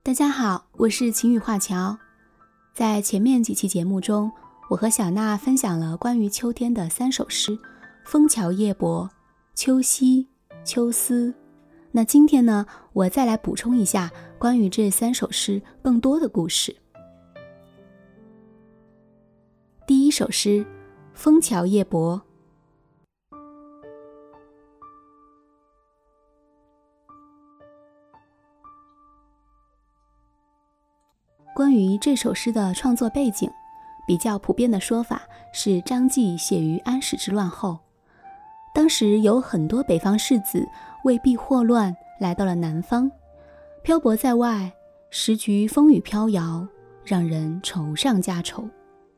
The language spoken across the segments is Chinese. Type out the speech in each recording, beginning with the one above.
大家好，我是晴雨画桥。在前面几期节目中，我和小娜分享了关于秋天的3首诗：枫桥夜泊、秋夕、秋思。那今天呢，我再来补充一下关于这3首诗更多的故事。第一首诗：枫桥夜泊。关于这首诗的创作背景，比较普遍的说法是张继写于安史之乱后，当时有很多北方士子为避祸乱来到了南方，漂泊在外，时局风雨飘摇，让人愁上加愁。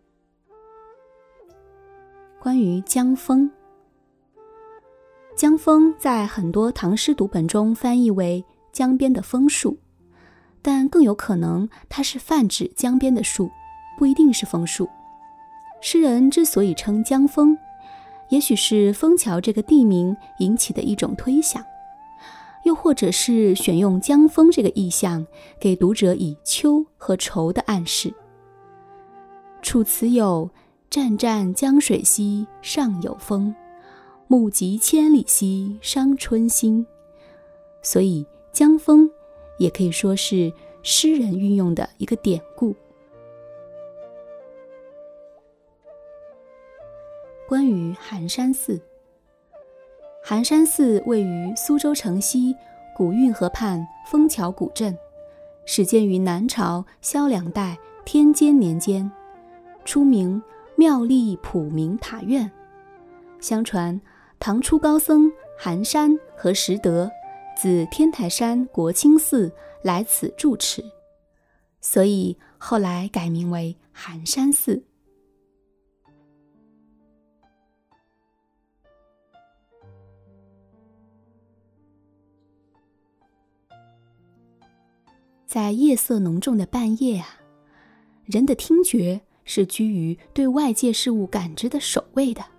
关于江枫，江枫在很多唐诗读本中翻译为江边的枫树，但更有可能它是泛指江边的树，不一定是枫树。诗人之所以称江枫，也许是枫桥这个地名引起的一种推想，又或者是选用江枫这个意象给读者以秋和愁的暗示。楚辞有湛湛江水兮上有枫，目极千里兮伤春心，所以江枫也可以说是诗人运用的一个典故。关于寒山寺，寒山寺位于苏州城西古运河畔枫桥古镇，始建于南朝萧梁代天监年间，初名妙丽普明塔院。相传唐初高僧寒山和拾得自天台山国清寺来此住持，所以后来改名为寒山寺。在夜色浓重的半夜啊，人的听觉是居于对外界事物感知的首位的。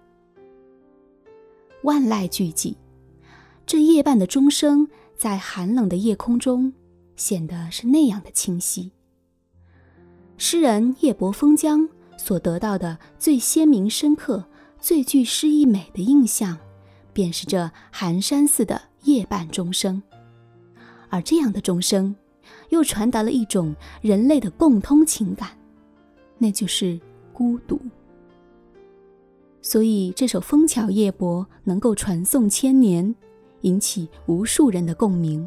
万籁俱寂，这夜半的钟声在寒冷的夜空中显得是那样的清晰。诗人夜泊枫江所得到的最鲜明深刻、最具诗意美的印象，便是这寒山寺的夜半钟声。而这样的钟声又传达了一种人类的共通情感，那就是孤独。所以这首《枫桥夜泊》能够传颂千年，引起无数人的共鸣。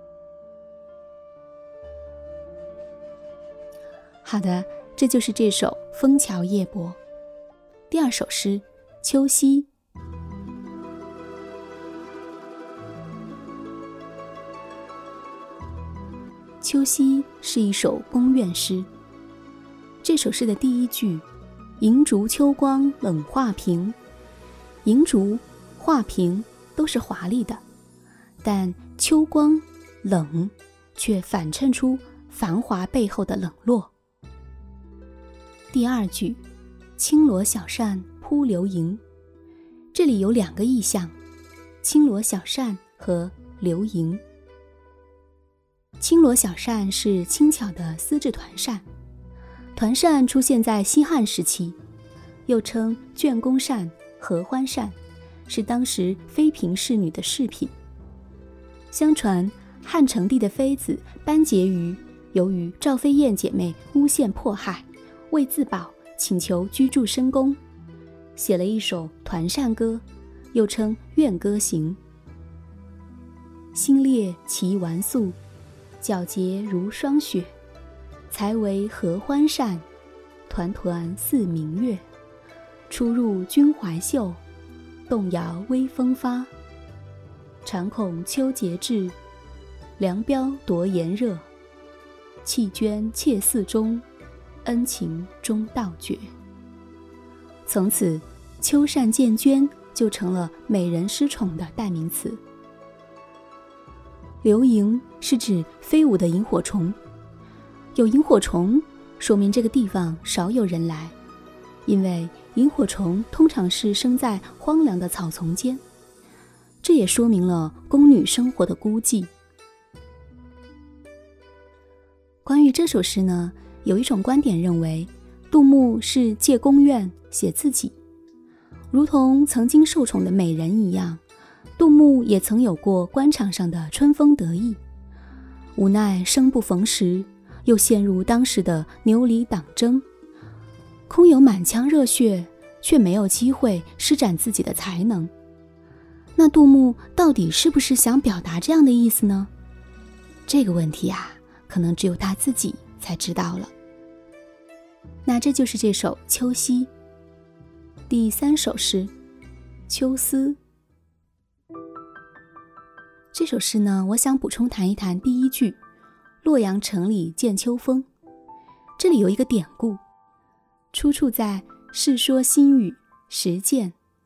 好的，这就是这首《枫桥夜泊》。第二首诗《秋夕》。秋夕是一首宫怨诗。这首诗的第一句银烛秋光冷画屏，银烛、画屏都是华丽的，但秋光冷却反衬出繁华背后的冷落。第二句轻罗小扇扑流萤，这里有2个意象，轻罗小扇和流萤。轻罗小扇是轻巧的丝质团扇，团扇出现在西汉时期，又称卷宫扇、合欢扇，是当时妃嫔侍女的饰品。相传汉成帝的妃子班婕妤由于赵飞燕姐妹诬陷迫害，为自保请求居住深宫，写了一首团扇歌，又称怨歌行。新列其玩素，皎洁如霜雪，才为合欢扇，团团似明月。出入君怀袖，动摇微风发。常恐秋节至，凉标夺炎热。弃捐妾寺中，恩情终道绝。从此，秋扇见捐就成了美人失宠的代名词。流萤是指飞舞的萤火虫，有萤火虫说明这个地方少有人来，因为萤火虫通常是生在荒凉的草丛间，这也说明了宫女生活的孤寂。 关于这首诗呢，有一种观点认为，杜牧是借宫怨写自己，如同曾经受宠的美人一样，杜牧也曾有过官场上的春风得意，无奈生不逢时，又陷入当时的牛李党争，空有满腔热血，却没有机会施展自己的才能。那杜牧到底是不是想表达这样的意思呢？这个问题啊，可能只有他自己才知道了。那这就是这首《秋夕》第3首诗《秋思》。这首诗呢，我想补充谈一谈第一句洛阳城里见秋风。这里有一个典故，出处在《世说新语·实践》。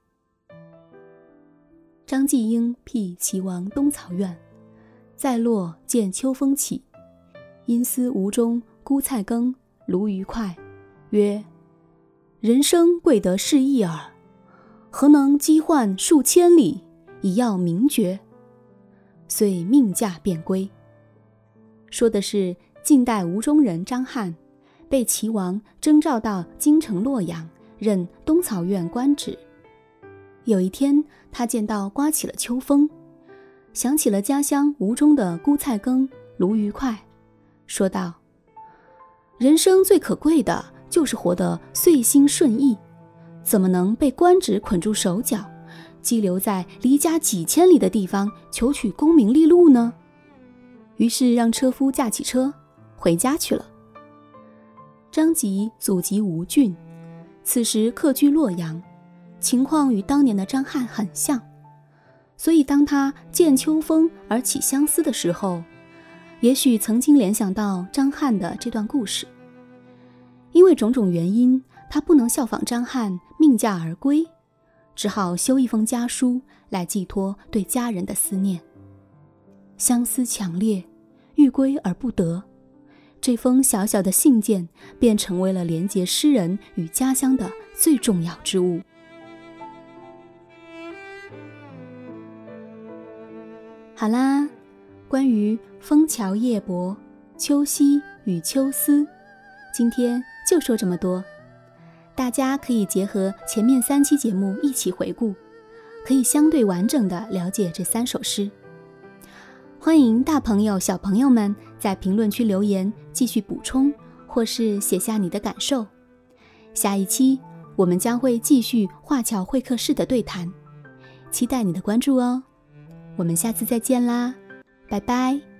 张继英辟齐王东曹院，在洛见秋风起，因思吴中姑菜羹，鲈鱼块，曰：人生贵得是一耳，何能击换数千里，以要名爵？遂命驾便归。说的是晋代吴中人张翰被齐王征召到京城洛阳，任东曹院官职。有一天，他见到刮起了秋风，想起了家乡吴中的姑菜羹、鲈鱼块，说道：人生最可贵的就是活得遂心顺意，怎么能被官职捆住手脚，羁留在离家几千里的地方求取功名利禄呢？于是让车夫驾起车回家去了。张籍祖籍吴郡，此时客居洛阳，情况与当年的张翰很像，所以当他见秋风而起相思的时候，也许曾经联想到张翰的这段故事。因为种种原因，他不能效仿张翰命驾而归，只好修一封家书来寄托对家人的思念。相思强烈，欲归而不得，这封小小的信件便成为了连结诗人与家乡的最重要之物。好啦，关于枫桥夜泊、秋夕与秋思，今天就说这么多。大家可以结合前面3期节目一起回顾，可以相对完整地了解这3首诗。欢迎大朋友小朋友们在评论区留言继续补充，或是写下你的感受。下一期我们将会继续华侨会客室的对谈，期待你的关注哦。我们下次再见啦，拜拜。